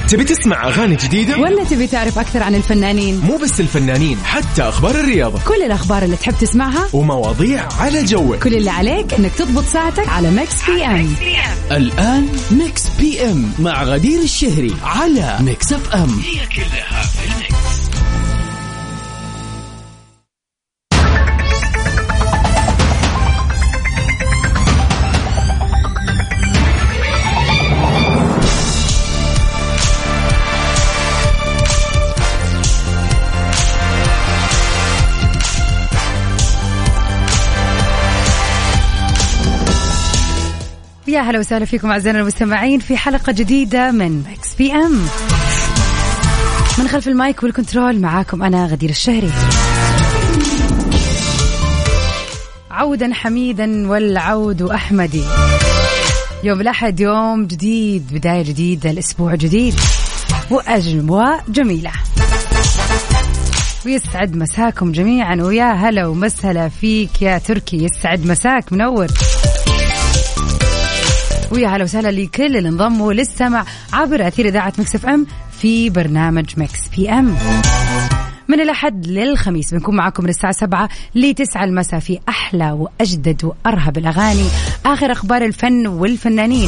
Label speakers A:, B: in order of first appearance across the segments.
A: تبي تسمع أغاني جديدة
B: ولا تبي تعرف أكثر عن الفنانين؟
A: مو بس الفنانين، حتى أخبار الرياضة،
B: كل الأخبار اللي تحب تسمعها
A: ومواضيع على جوك.
B: كل اللي عليك إنك تضبط ساعتك على ميكس بي ام.
C: الآن ميكس بي ام مع غدير الشهري على ميكس اف ام.
A: هي كلها في الميكس.
B: يا هلا وسهلا فيكم أعزائنا المستمعين في حلقة جديدة من ميكس بي ام. من خلف المايك والكنترول معاكم أنا غدير الشهري. عودا حميدا والعود أحمدي. يوم الأحد يوم جديد، بداية جديدة، الأسبوع جديد وأجواء جميلة. ويسعد مساكم جميعا، ويا هلا ومسهلا فيك يا تركي، يسعد مساك، منور. ويا هلا وسهلا لكل اللي انضموا للسمع عبر أثير إذاعة ميكس اف ام في برنامج ميكس بي ام. من الأحد للخميس بنكون معاكم من الساعة 7 ل9 المساء في أحلى وأجدد وأرهب الأغاني، آخر أخبار الفن والفنانين،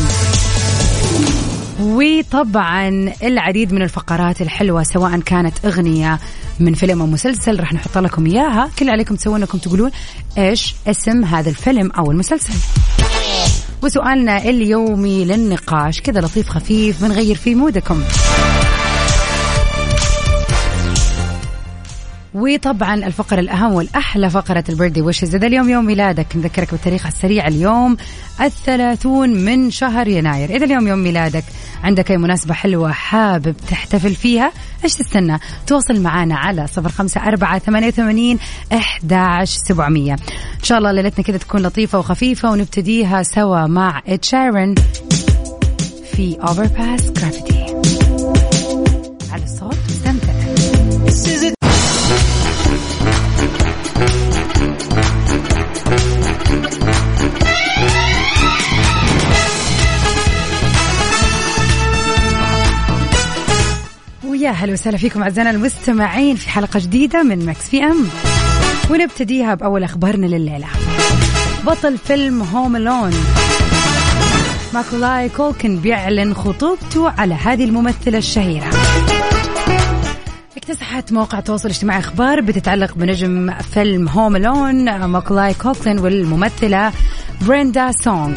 B: وطبعا العديد من الفقرات الحلوة، سواء كانت أغنية من فيلم أو مسلسل رح نحط لكم إياها. كل عليكم تسوون أنكم تقولون إيش اسم هذا الفيلم أو المسلسل. وسؤالنا اليومي للنقاش كذا لطيف خفيف بنغير فيه مودكم. وطبعا الفقرة الأهم والأحلى فقرة البيرثدي ويشز. إذا اليوم يوم ميلادك نذكرك بالتاريخ السريع، اليوم 30 من شهر يناير. إذا اليوم يوم ميلادك عندك أي مناسبة حلوة حابب تحتفل فيها، إيش تستنى؟ تواصل معنا على 0548811700. إن شاء الله ليلتنا كده تكون لطيفة وخفيفة، ونبتديها سوا مع إد شيران في Overpass Gravity. على الصوت استمتع. يا هلا وسهلا فيكم أعزائنا المستمعين في حلقة جديدة من ميكس بي ام، ونبتديها بأول أخبارنا لليلة. بطل فيلم هوم ألون ماكولاي كولكن بيعلن خطوبته على هذه الممثلة الشهيرة. اكتسحت مواقع التواصل الاجتماعي أخبار بتتعلق بنجم فيلم هوم ألون ماكولاي كولكن والممثلة بريندا سونغ.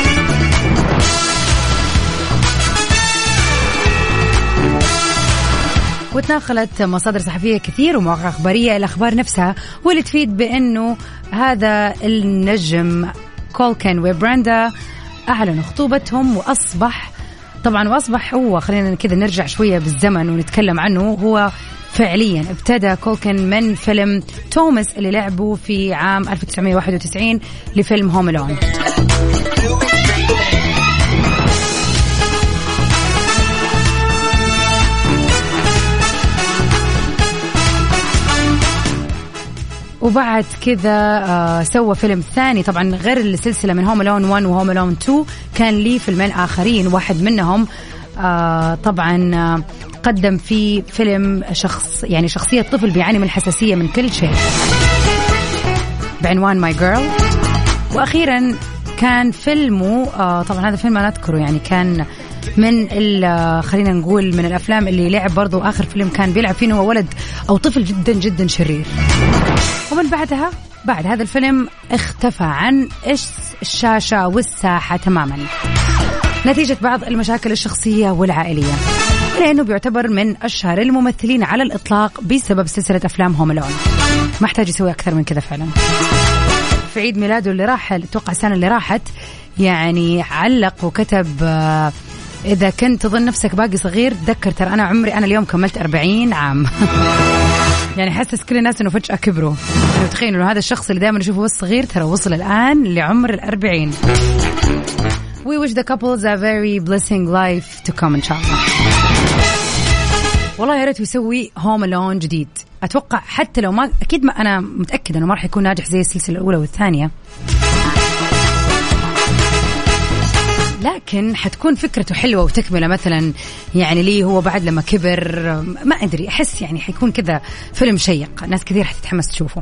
B: وتناقلت مصادر صحفية كثير ومواقع أخبارية الأخبار نفسها، واللي تفيد بأنه هذا النجم كولكن وبراندا أعلنوا خطوبتهم، وأصبح هو، خلينا كذا نرجع شوية بالزمن ونتكلم عنه. هو فعليا ابتدى كولكن من فيلم توماس اللي لعبه في عام 1991 لفيلم هوم ألون. وبعد كذا سوى فيلم ثاني، طبعا غير السلسلة من هوم ألون 1 وهوم ألون 2 كان لي فيلمين آخرين. واحد منهم طبعا قدم في فيلم شخصية طفل بيعاني من الحساسية من كل شيء بعنوان ماي جيرل. وأخيرا كان فيلمه طبعا هذا فيلم أنا أذكره، يعني كان من خلينا نقول من الأفلام اللي لعب برضو آخر فيلم كان بيلعب فيه هو ولد أو طفل جدا جدا شرير. ومن بعد هذا الفيلم اختفى عن الشاشة والساحة تماما نتيجة بعض المشاكل الشخصية والعائلية، لأنه بيعتبر من أشهر الممثلين على الإطلاق بسبب سلسلة أفلام هوم ألون. ما احتاج يسوي أكثر من كذا فعلا. في عيد ميلاده اللي راح، أتوقع السنة اللي راحت، يعني علق وكتب إذا كنت تظن نفسك باقي صغير تذكر ترى أنا عمري اليوم كملت 40 عام. يعني حسس كل الناس إنه فجأة كبروا. يعني تخيلوا إنه هذا الشخص اللي دائما نشوفه صغير ترى وصل الآن لعمر 40. We wish the couples a very blessing life to come إن شاء الله. والله يا ريت يسوي هوم ألون جديد. أتوقع حتى لو ما، أكيد ما، أنا متأكدة إنه ما راح يكون ناجح زي السلسلة الأولى والثانية، لكن حتكون فكرته حلوة وتكملة مثلا يعني ليه هو بعد لما كبر، ما أدري، أحس يعني حيكون كذا فيلم شيق، ناس كثير حتتحمس تشوفه.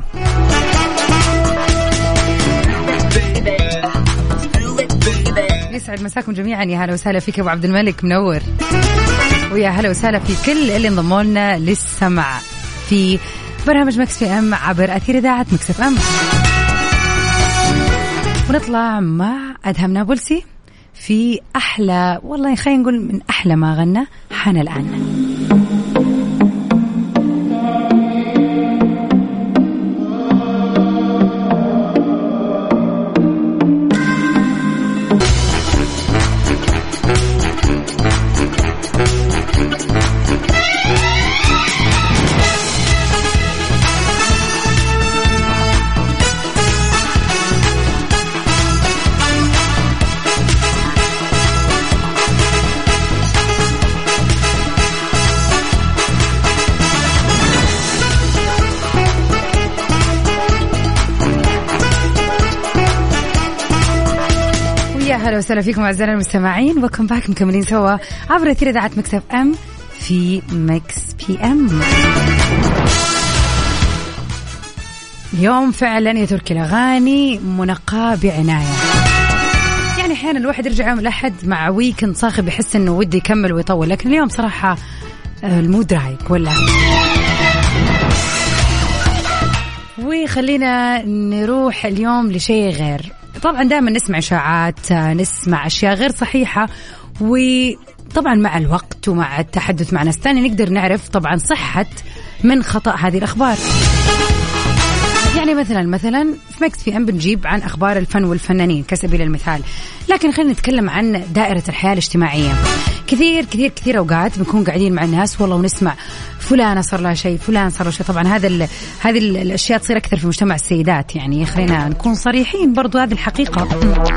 B: يسعد مساكم جميعا، يا هلا وسهلا فيك أبو عبد الملك، منور، ويا هلا وسهلا في كل اللي انضموا لنا للسمع في برنامج مكس في ام عبر أثير إذاعة مكس اف ام. ونطلع مع أدهم نابلسي في أحلى، والله خلينا نقول من أحلى ما غنى، حان الآن. أهلا وسهلا فيكم أعزائنا المستمعين، وكم باك مكملين سوا عبر أثير إذاعة مكس اف ام في مكس بي ام. اليوم فعلا يا تركي الأغاني منقاة بعناية، يعني أحيانا الواحد يرجع يوم الأحد مع ويكند صاخب يحس إنه ودي يكمل ويطول، لكن اليوم صراحة المود رايق ولا. وخلينا نروح اليوم لشيء غير. طبعا دائما نسمع إشاعات، نسمع أشياء غير صحيحة، وطبعا مع الوقت ومع التحدث مع ناس تاني نقدر نعرف طبعا صحة من خطأ هذه الأخبار. يعني مثلا في مكس في ام بنجيب عن أخبار الفن والفنانين كسبيل المثال، لكن خلينا نتكلم عن دائرة الحياة الاجتماعية. كثير كثير كثير أوقات بنكون قاعدين مع الناس والله ونسمع فلانة صار لها شيء، فلان صار له شيء. طبعا هذه الأشياء تصير أكثر في مجتمع السيدات، يعني خلينا نكون صريحين برضو، هذه الحقيقة.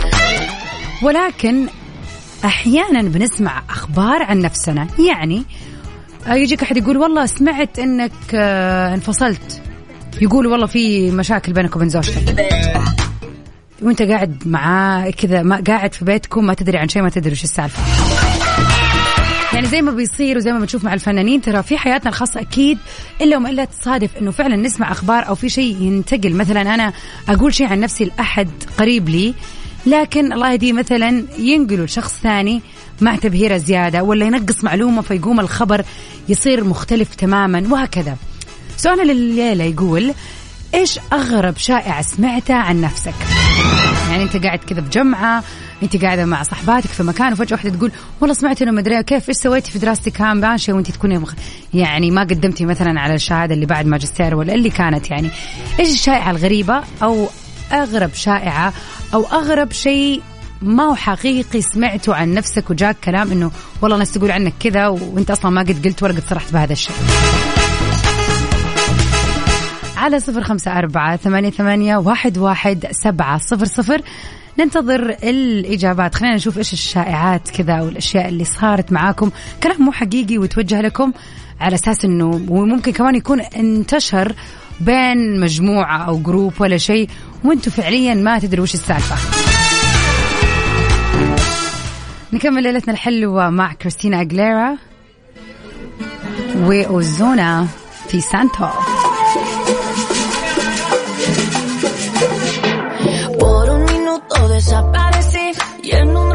B: ولكن أحيانا بنسمع أخبار عن نفسنا، يعني يجيك أحد يقول والله سمعت إنك انفصلت، يقول والله في مشاكل بينك وبين زوجتك، وانت قاعد معاه كذا، ما قاعد في بيتكم، ما تدري عن شيء، ما تدري وش السالفة. يعني زي ما بيصير وزي ما بنشوف مع الفنانين، ترى في حياتنا الخاصة أكيد إلا وما إلا تصادف إنه فعلا نسمع أخبار أو في شيء ينتقل. مثلا أنا أقول شيء عن نفسي لأحد قريب لي، لكن الله يهديه مثلا ينقله لشخص ثاني مع تبهيرة زيادة، ولا ينقص معلومة فيقوم الخبر يصير مختلف تماما، وهكذا. سؤالنا لليلة يقول إيش أغرب شائعة سمعتها عن نفسك؟ يعني أنت قاعد كذا بجمعة، أنت قاعدة مع صحباتك في مكان، وفجأة واحدة تقول والله سمعت إنه مدري كيف، إيش سويتي في دراستك كان بانشة وأنت تكوني يعني ما قدمتي مثلا على الشهادة اللي بعد ماجستير ولا اللي كانت. يعني إيش الشائعة الغريبة أو أغرب شائعة أو أغرب شيء ما هو حقيقي سمعته عن نفسك وجاك كلام إنه والله ناس تقول عنك كذا وأنت أصلا ما قد قلت ولا قد صرحت بهذا الشيء؟ على 0548811700 ننتظر الإجابات. خلينا نشوف إيش الشائعات كذا والأشياء اللي صارت معاكم، كلام مو حقيقي وتوجه لكم على أساس إنه وممكن كمان يكون انتشر بين مجموعة أو جروب ولا شيء وانتوا فعليا ما تدروا وش السالفة. نكمل ليلتنا الحلوة مع كريستينا أغليرا وأوزونا في سانتو.
D: Desaparecí y en un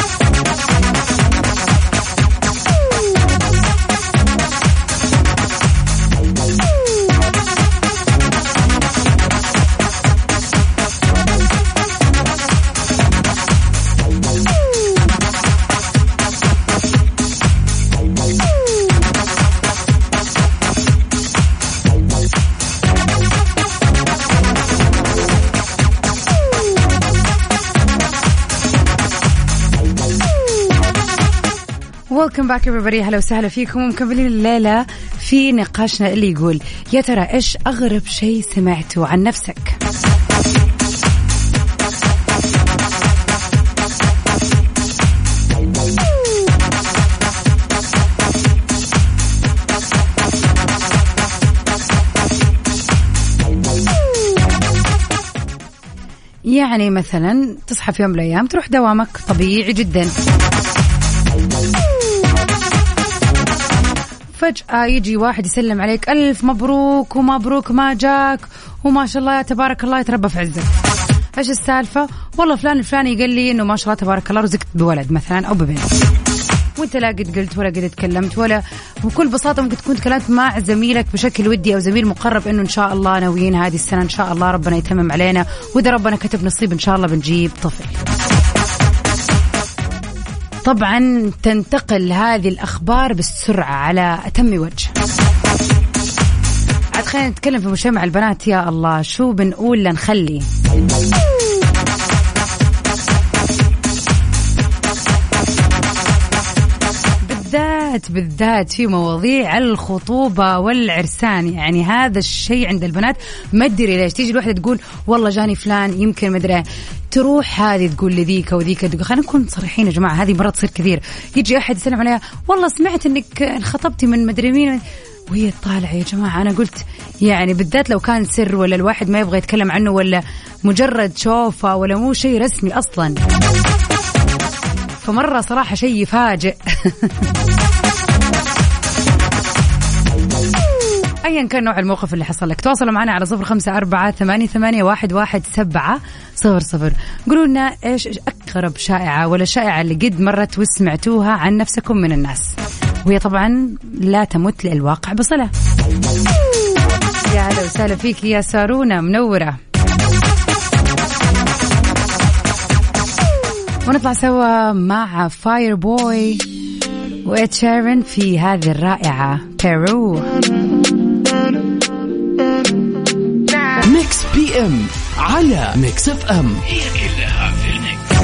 B: Welcome back everybody. هلا وسهلا فيكم ومكملين الليلة في نقاشنا اللي يقول يا ترى إيش أغرب شيء سمعته عن نفسك؟ يعني مثلا تصحى في يوم من الأيام تروح دوامك طبيعي جدا، فجأة يجي واحد يسلم عليك ألف مبروك ومبروك ما جاك وما شاء الله تبارك الله يتربى في عزك. إيش السالفة؟ والله فلان الفلاني قال لي إنه ما شاء الله تبارك الله رزقت بولد مثلا أو ببنت، وانت لا قد قلت ولا قد تكلمت ولا، بكل بساطة ممكن تكون تكلمت مع زميلك بشكل ودي أو زميل مقرب إنه إن شاء الله ناويين هذه السنة إن شاء الله ربنا يتمم علينا، وإذا ربنا كتب نصيب إن شاء الله بنجيب طفل. طبعا تنتقل هذه الأخبار بالسرعة على أتم وجه. عاد خلينا نتكلم في مجتمع البنات، يا الله شو بنقول لنخلي. بالذات في مواضيع الخطوبة والعرسان، يعني هذا الشيء عند البنات ما أدري ليش تيجي الواحدة تقول والله جاني فلان يمكن ما أدري، تروح هذه تقول لذيك وذيك تقول. خلينا نكون صريحين يا جماعة، هذه مرات تصير كثير. يجي أحد يسلم عليها والله سمعت إنك انخطبتي من مدري مين، وهي طالعة. يا جماعة أنا قلت يعني بالذات لو كان سر ولا الواحد ما يبغى يتكلم عنه ولا مجرد شوفة ولا مو شيء رسمي أصلا، فمرة صراحة شيء يفاجئ. أيا كان نوع الموقف اللي حصل لك، تواصلوا معنا على 0548811700. قولوا لنا إيش أقرب شائعة ولا شائعة اللي قد مرت وسمعتوها عن نفسكم من الناس، وهي طبعا لا تمت للواقع بصلة. يا هلا وسهلا فيك يا سارونا، منورة. ونطلع سوا مع فاير بوي وإد شيران في هذه الرائعة بيرو.
C: ميكس بي ام على ميكس اف ام،
A: هي كلها في الميكس.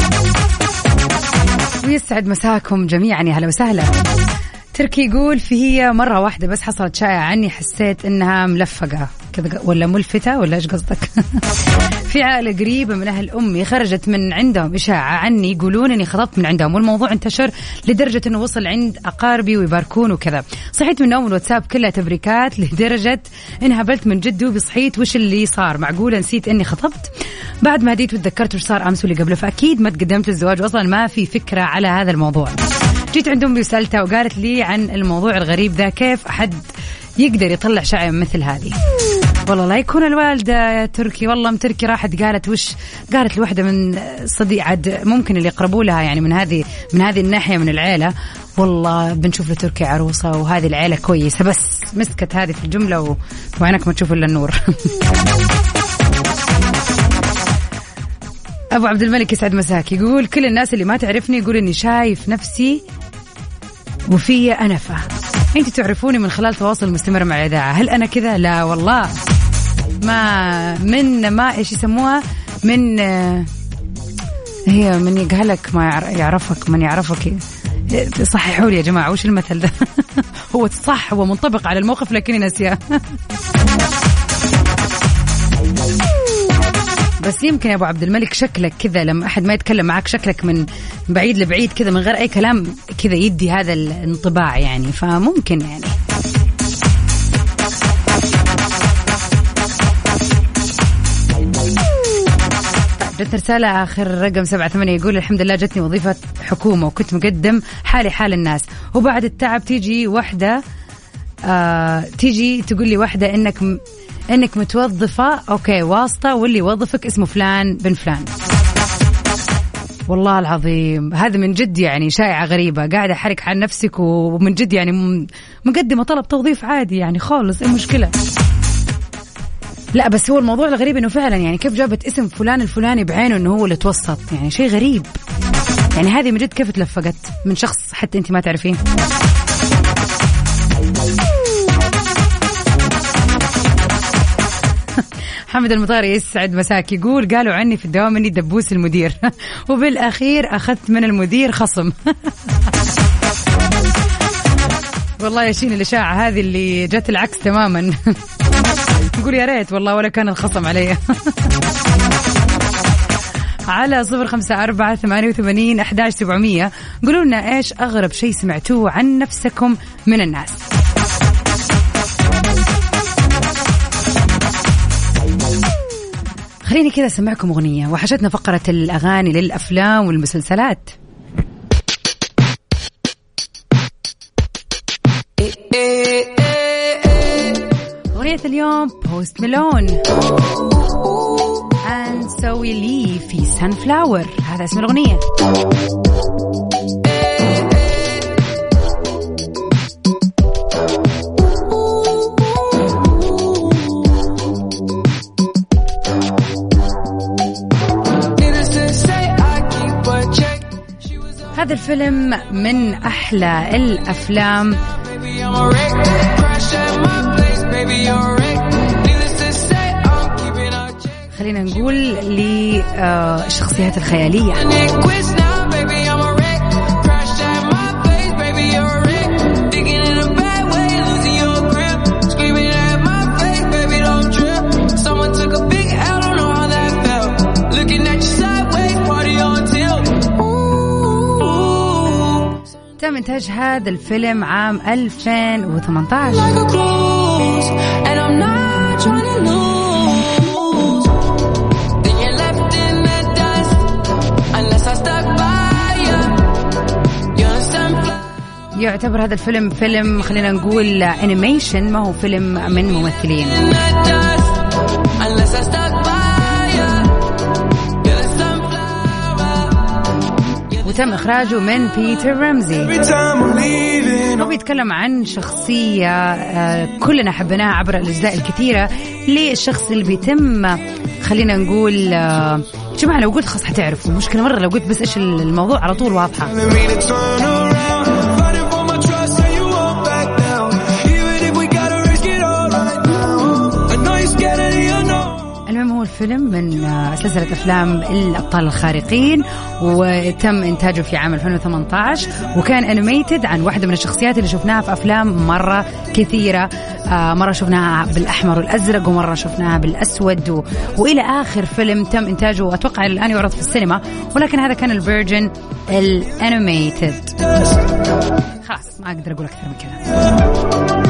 B: ويسعد مساكم جميعا، يا هلا وسهلا. تركي يقول هي مرة واحدة بس حصلت شائعة عني حسيت إنها ملفقة كذا ولا ملفتة ولا إيش قصدك؟ في عائلة قريبة من أهل أمي خرجت من عندهم إشاعة عني يقولون إني خطبت من عندهم، والموضوع انتشر لدرجة إنه وصل عند أقاربي ويباركون وكذا. صحيت من نوم الواتساب كلها تبريكات لدرجة إن هبلت من جد وبصحيت وش اللي صار، معقولة نسيت إني خطبت؟ بعد ما هديت وتذكرت وش صار أمس واللي قبله، فأكيد ما تقدمت للزواج وأصلا ما في فكرة على هذا الموضوع. جيت عند أمي وسألتها وقالت لي عن الموضوع الغريب ذا، كيف أحد يقدر يطلع شائعة مثل هذه؟ والله لا يكون الوالدة تركي، والله تركي راحت قالت وش، قالت لوحدة من صديق عاد ممكن اللي يقربوا لها يعني من هذه الناحية من العيلة، والله بنشوف لتركي عروسة وهذه العيلة كويسة، بس مسكت هذه في الجملة وعينك ما تشوف إلا النور. أبو عبد الملك يسعد مساك، يقول كل الناس اللي ما تعرفني يقول إني شايف نفسي وفي أنفة. أنت تعرفوني من خلال تواصل مستمر مع الإذاعة، هل أنا كذا؟ لا والله، ما إيش يسموها، هي من يقهلك ما يعرفك من يعرفك. صححوا لي يا جماعة وش المثل ده؟ هو صح، هو منطبق على الموقف لكني ناسياه. بس يمكن يا أبو عبد الملك شكلك كذا لما أحد ما يتكلم معك شكلك من بعيد لبعيد كذا من غير أي كلام كذا يدي هذا الانطباع يعني، فممكن يعني. جت رسالة آخر رقم 78 يقول الحمد لله جتني وظيفة حكومة وكنت مقدم حالي حال الناس، وبعد التعب تيجي وحدة تيجي تقول لي وحدة إنك متوظفة أوكي واسطة، واللي يوظفك اسمه فلان بن فلان. والله العظيم هذا من جد يعني شائعة غريبة، قاعدة أحرك عن نفسك ومن جد يعني مقدمة طلب توظيف عادي يعني خالص، إيه المشكلة؟ لا بس هو الموضوع الغريب إنه فعلا يعني كيف جابت اسم فلان الفلاني بعينه إنه هو اللي توسط، يعني شيء غريب يعني. هذه من جد كيف تلفقت من شخص حتى أنت ما تعرفين؟ حمد المطاري يسعد مساك، يقول قالوا عني في الدوام اني دبوس المدير وبالاخير اخذت من المدير خصم. والله يا شين الاشاعه هذه اللي جت العكس تماما. يقول يا ريت والله ولا كان الخصم علي. على 0548811700 قولوا لنا ايش اغرب شيء سمعتوه عن نفسكم من الناس. خليني كذا أسمعكم أغنية. وحشتنا فقرة الأغاني للأفلام والمسلسلات. أغنية اليوم بوست ميلون and so we leave في Sunflower. هذا اسم الأغنية. هذا الفيلم من أحلى الأفلام خلينا نقول للشخصيات الخيالية. تم إنتاج هذا الفيلم عام 2018. يعتبر هذا الفيلم فيلم خلينا نقول انيميشن، ما هو فيلم من ممثلين. وتم إخراجه من بيتر رامزي. هو بيتكلم عن شخصية كلنا حبناها عبر الأجزاء الكثيرة للشخص اللي بيتم خلينا نقول جماعة لو قلت خلاص حتعرفوا المشكلة مرة، لو قلت بس إيش الموضوع على طول واضحة. المهم هو الفيلم من سلسلة أفلام الأبطال الخارقين، وتم إنتاجه في عام 2018، وكان أنيميتد عن واحدة من الشخصيات اللي شفناها في أفلام مرة كثيرة. مرة شفناها بالأحمر والأزرق، ومرة شفناها بالأسود، وإلى آخر فيلم تم إنتاجه وأتوقع الآن يعرض في السينما، ولكن هذا كان الفيرجن الأنيميتد. خلاص ما أقدر أقول أكثر من كذا.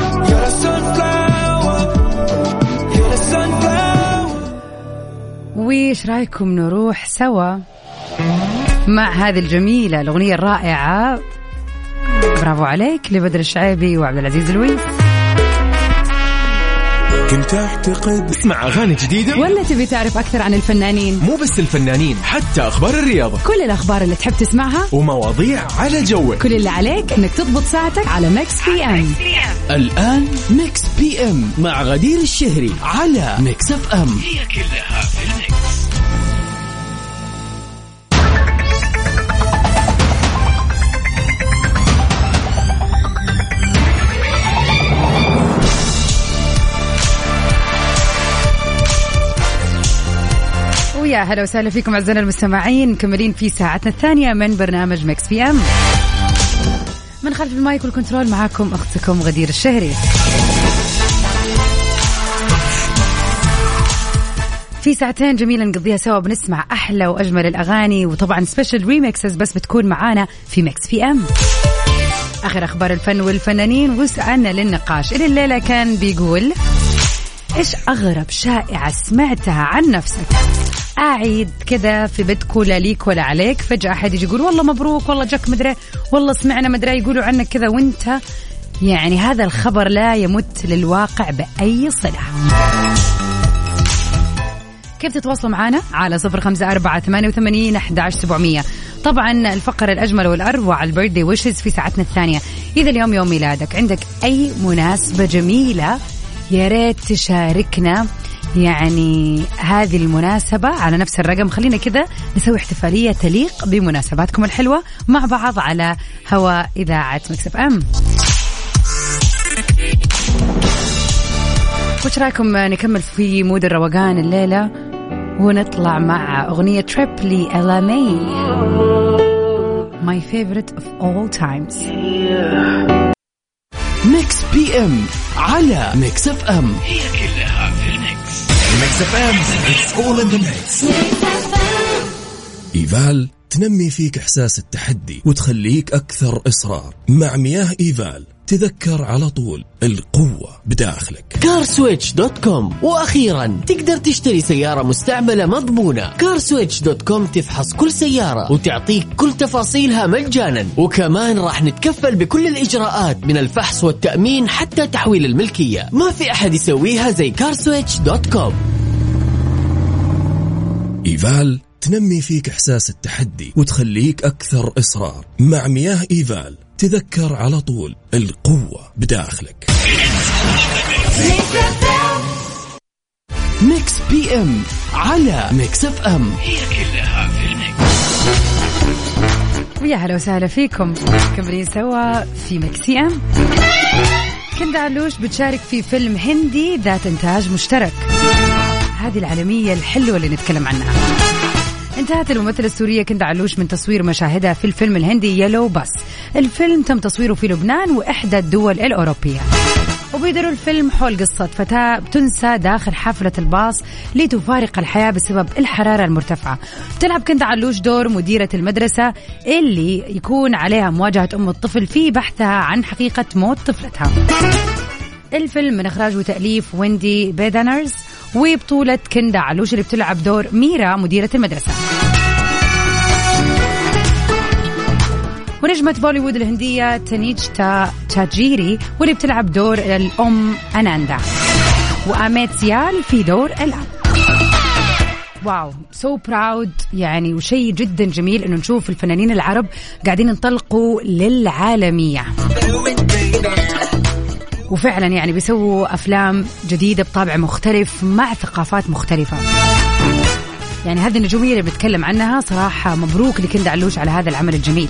B: وإيش رأيكم نروح سوا مع هذه الجميلة الأغنية الرائعة برافو عليك لبدر الشعيبي وعبد العزيز الويس.
E: كنت أعتقد اسمع أغاني جديدة،
B: ولا تبي تعرف أكثر عن الفنانين؟
E: مو بس الفنانين، حتى أخبار الرياضة،
B: كل الأخبار اللي تحب تسمعها
E: ومواضيع على جوك.
B: كل اللي عليك إنك تضبط ساعتك على ميكس بي ام.
C: الآن ميكس بي ام مع غدير الشهري على ميكس اف ام.
A: هي كلها في الميكس.
B: يا هلا وسهلا فيكم أعزائنا المستمعين، مكملين في ساعتنا الثانية من برنامج ميكس بي ام. من خلف المايك والكنترول معاكم أختكم غدير الشهري. في ساعتين جميلة نقضيها سوا، بنسمع أحلى وأجمل الأغاني، وطبعا سبيشال ريميكسز بس بتكون معانا في ميكس بي ام. آخر أخبار الفن والفنانين، وسألنا للنقاش اللي الليلة كان بيقول إيش أغرب شائعة سمعتها عن نفسك؟ أعيد كذا في بدك ولا ليك ولا عليك، فجأة أحد يجي يقول والله مبروك، والله جاك مدري، والله سمعنا مدري يقولوا عنك كذا، وانت يعني هذا الخبر لا يمت للواقع بأي صلة. كيف تتواصلوا معنا؟ على 0548811700. طبعا الفقرة الأجمل والأروع البيرثدي ويشز في ساعتنا الثانية. إذا اليوم يوم ميلادك، عندك أي مناسبة جميلة، يا ريت تشاركنا يعني هذه المناسبة على نفس الرقم. خلينا كذا نسوي احتفالية تليق بمناسباتكم الحلوة مع بعض على هواء إذاعة ميكس اف ام. وش رايكم نكمل في مود الروقان الليلة ونطلع مع أغنية تريب لإلا ماي، My favorite of all times.
C: ميكس بي ام على ميكس اف ام.
A: هي كلها في الميكس.
E: ميكس اف ام it's all in the mix. إيفال تنمي فيك إحساس التحدي وتخليك أكثر إصرار. مع مياه إيفال
C: تذكر على طول القوة بداخلك.
F: carswitch.com. وأخيرا تقدر تشتري سيارة مستعملة مضمونة. carswitch.com تفحص كل سيارة وتعطيك كل تفاصيلها مجانا، وكمان راح نتكفل بكل الإجراءات من الفحص والتأمين حتى تحويل الملكية. ما في أحد يسويها زي carswitch.com.
C: إيفال تنمي فيك إحساس التحدي وتخليك أكثر إصرار. مع مياه إيفال تذكر على طول القوة بداخلك. ميكس بي ام على ميكس اف ام،
A: هي كلها في الميكس.
B: ويا هلا وسهلا فيكم، كملين سوا في ميكس ام. كندا علوش بتشارك في فيلم هندي ذات إنتاج مشترك. هذه العالمية الحلوة اللي نتكلم عنها. انتهت الممثلة السورية كندا علوش من تصوير مشاهدها في الفيلم الهندي يلو بس. الفيلم تم تصويره في لبنان وإحدى الدول الأوروبية، وبيدور الفيلم حول قصة فتاة بتنسى داخل حافلة الباص لتفارق الحياة بسبب الحرارة المرتفعة. بتلعب كندا علوش دور مديرة المدرسة اللي يكون عليها مواجهة أم الطفل في بحثها عن حقيقة موت طفلتها. الفيلم من إخراج وتأليف ويندي بيدانرز، وبطولة كندا علوش اللي بتلعب دور ميرا مديرة المدرسة. ونجمة بوليوود الهندية تانيجتا تاجيري واللي بتلعب دور الأم أناندا، وآميت سيال في دور الأب. واو، سو براود يعني، وشيء جدا جميل إنه نشوف الفنانين العرب قاعدين ينطلقوا للعالمية، وفعلا يعني بيسووا أفلام جديدة بطابع مختلف مع ثقافات مختلفة. يعني هذه النجومية اللي بتكلم عنها صراحة مبروك لكندا علوش على هذا العمل الجميل.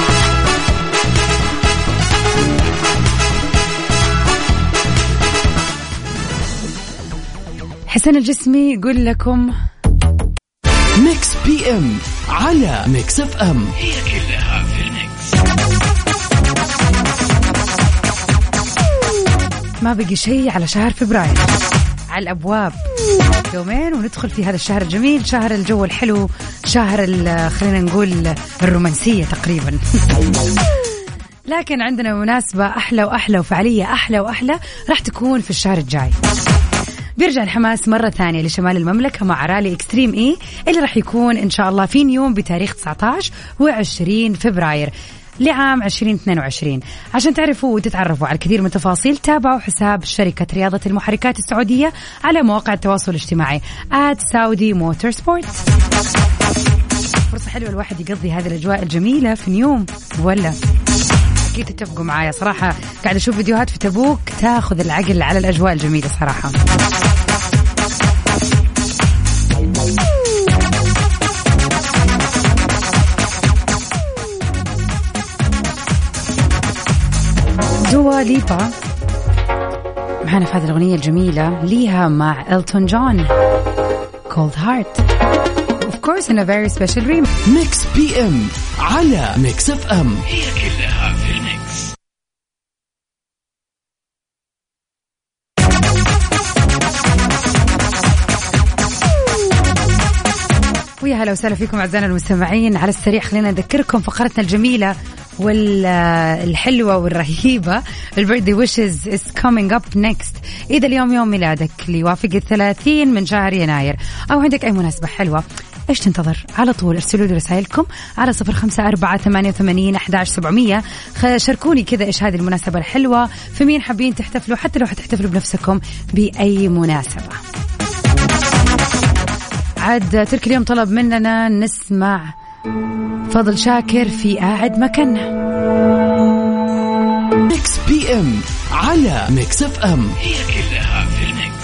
B: حسن الجسمي يقول لكم
C: ميكس بي ام على ميكس اف ام،
A: هي كلها في الميكس.
B: ما بقي شيء على شهر فبراير، على الأبواب يومين وندخل في هذا الشهر الجميل، شهر الجو الحلو، شهر خلينا نقول الرومانسية تقريبا. لكن عندنا مناسبة أحلى وأحلى وفعالية أحلى وأحلى راح تكون في الشهر الجاي. بيرجع الحماس مرة ثانية لشمال المملكة مع رالي إكستريم إي اللي راح يكون إن شاء الله في يوم بتاريخ 19 و20 فبراير لعام 2022. عشان تعرفوا وتتعرفوا على الكثير من التفاصيل تابعوا حساب شركة رياضة المحركات السعودية على مواقع التواصل الاجتماعي @SaudiMotorsports. فرصة حلوة الواحد يقضي هذه الأجواء الجميلة في نيوم، ولا أكيد تتفقوا معايا. صراحة قاعد أشوف فيديوهات في تبوك تاخذ العقل على الأجواء الجميلة صراحة. دوا ليبا معنا في هذه الأغنية الجميلة ليها مع إلتون جون Cold Heart of course in a very special remix.
C: ميكس بي ام على ميكس اف ام،
A: هي كلها في الميكس.
B: ويا هلا وسهلا فيكم أعزائنا المستمعين. على السريع خلينا نذكركم فقرتنا الجميلة والحلوة والرهيبة. البيرثدي ويشز is coming up next. إذا اليوم يوم ميلادك اللي يوافق 30 من شهر يناير أو عندك أي مناسبة حلوة، إيش تنتظر؟ على طول ارسلوا لي رسائلكم على 0548811700. شاركوني كذا إيش هذه المناسبة الحلوة، في مين حابين تحتفلوا، حتى لو حتحتفلوا بنفسكم بأي مناسبة. عاد ترك اليوم طلب مننا نسمع فضل شاكر في قاعد مكاننا.
C: ميكس بي ام على ميكس اف ام،
A: هي كلها في الميكس.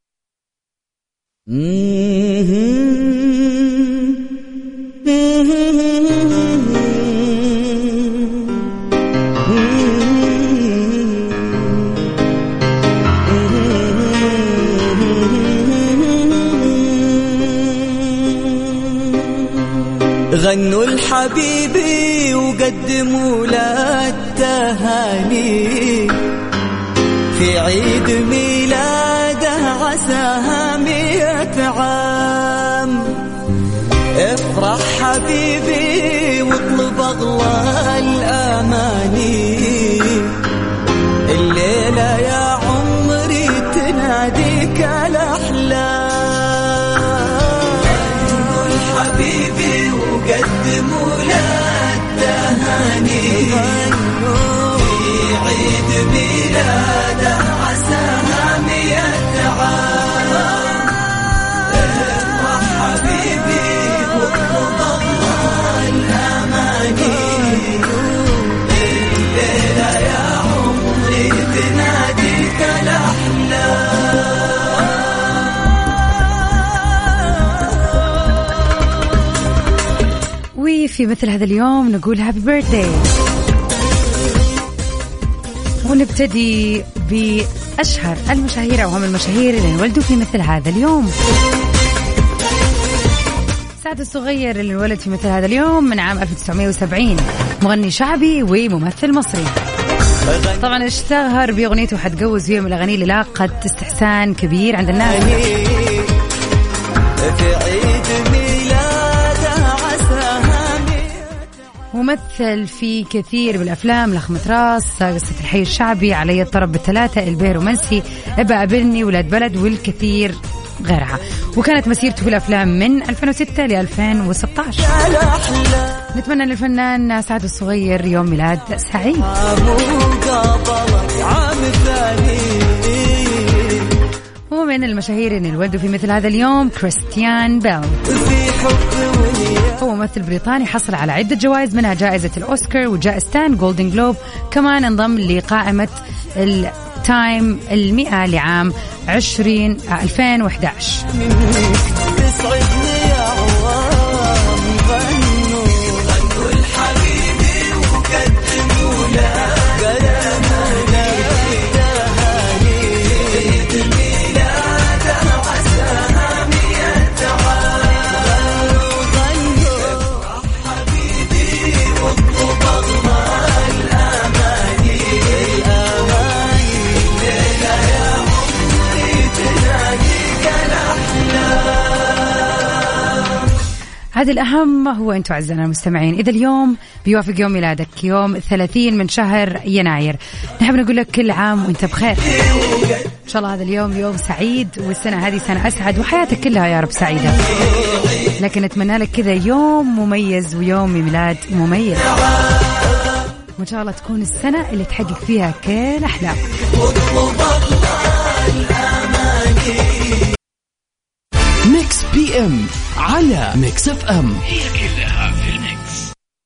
G: غنوا الحبيبي وقدموا له التهاني في عيد ميلاده عساها 100 عام. افرح حبيبي واطلب أغلى الأماني الليلة يا عمري تناديك الأحلام. غنوا حبيبي وقدموا له التهاني في عيد ميلاده عساها 100 عام. افرح حبيبي واطلب الله الأماني، الليلة يا عمري تناديك الأحلام.
B: وفي مثل هذا اليوم نقول هابي بيرثداي، ونبتدي بأشهر المشاهير أو هم المشاهير اللي انولدوا في مثل هذا اليوم. سعد الصغير اللي انولد في مثل هذا اليوم من عام 1970، مغني شعبي وممثل مصري. طبعا اشتهر بأغنيته حتجوز، وهي من الأغاني اللي لاقت استحسان كبير عند الناس. ممثل في كثير بالأفلام، لخمة راس، قصة الحي الشعبي، علي الطرب بالثلاثة، البير رومانسي، ابا قابلني، ولاد بلد، والكثير غيرها. وكانت مسيرته في الأفلام من 2006 ل 2016. نتمنى للفنان سعد الصغير يوم ميلاد سعيد. ومن المشاهير اللي انولدوا في مثل هذا اليوم كريستيان بيل، هو ممثل بريطاني حصل على عدة جوائز منها جائزة الأوسكار وجائزتين جولدن جلوب. كمان انضم لقائمة التايم 100 لعام 2011. هذا الأهم هو أنتم أعزائنا المستمعين، إذا اليوم بيوافق يوم ميلادك يوم 30 من شهر يناير، نحب نقول لك كل عام وأنت بخير. إن شاء الله هذا اليوم يوم سعيد، والسنة هذه سنة أسعد، وحياتك كلها يا رب سعيدة. لكن نتمنى لك كذا يوم مميز ويوم ميلاد مميز، وإن شاء الله تكون السنة اللي تحقق فيها كل أحلام.
F: ميكس بي ام على ميكس اف ام،
A: هي كلها في الميكس.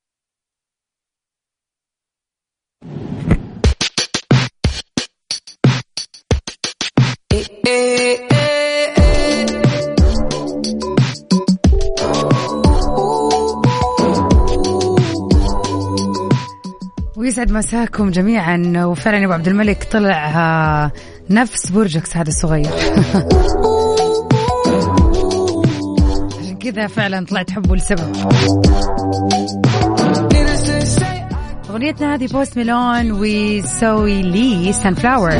B: ويسعد مساكم جميعا. وفعلا يا ابو عبد الملك طلع نفس برجك سعد الصغير. عشان كذا فعلا طلعت حبه لسبب. اغنيتنا هذه بوست ميلون وسوي لي سانفلاور،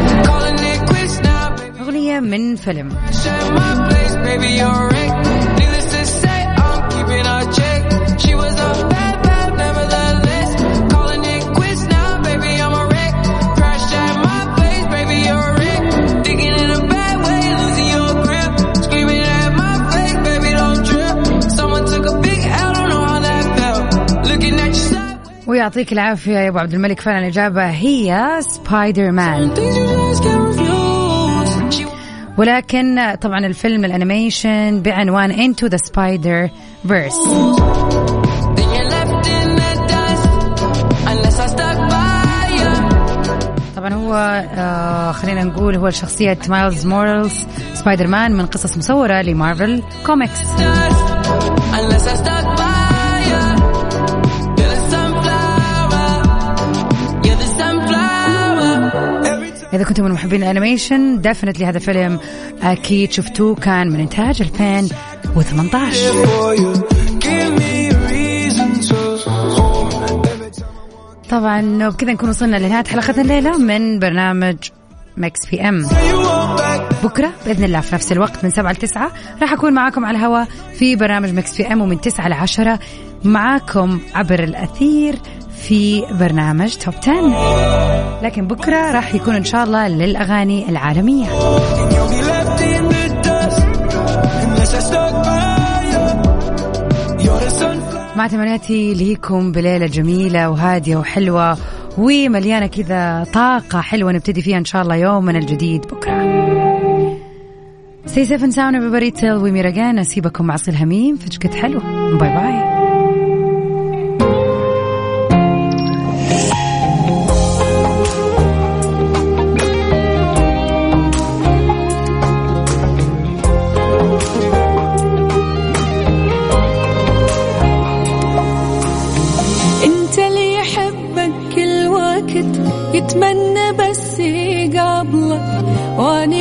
B: اغنية من فيلم. ويعطيك العافية يا أبو عبد الملك، فعلا الإجابة هي سبايدر مان. ولكن طبعا الفيلم الانيميشن بعنوان Into the Spider-Verse. طبعا هو خلينا نقول هو شخصية مايلز مورالز سبايدر مان من قصص مصورة لمارفل كوميكس. إذا كنتم من محبين الانيميشن ديفنتلي هذا فيلم أكيد شفتوه، كان من إنتاج 2018. طبعا وبكذا نكون وصلنا لنهاية حلقة الليلة من برنامج ميكس بي ام. بكرة بإذن الله في نفس الوقت من 7 ل 9 راح أكون معاكم على الهواء في برنامج ميكس بي ام، ومن 9 ل 10 معاكم عبر الأثير في برنامج توب 10. لكن بكرة راح يكون إن شاء الله للأغاني العالمية. مع تمنياتي ليكم بليلة جميلة وهادية وحلوة ومليانة كذا طاقة حلوة نبتدي فيها إن شاء الله يومنا الجديد بكرة. Stay safe and sound everybody till we meet again. أسيبكم مع عصير هميم في جكت حلو. باي باي.
D: يتمنى بس يقابلك واني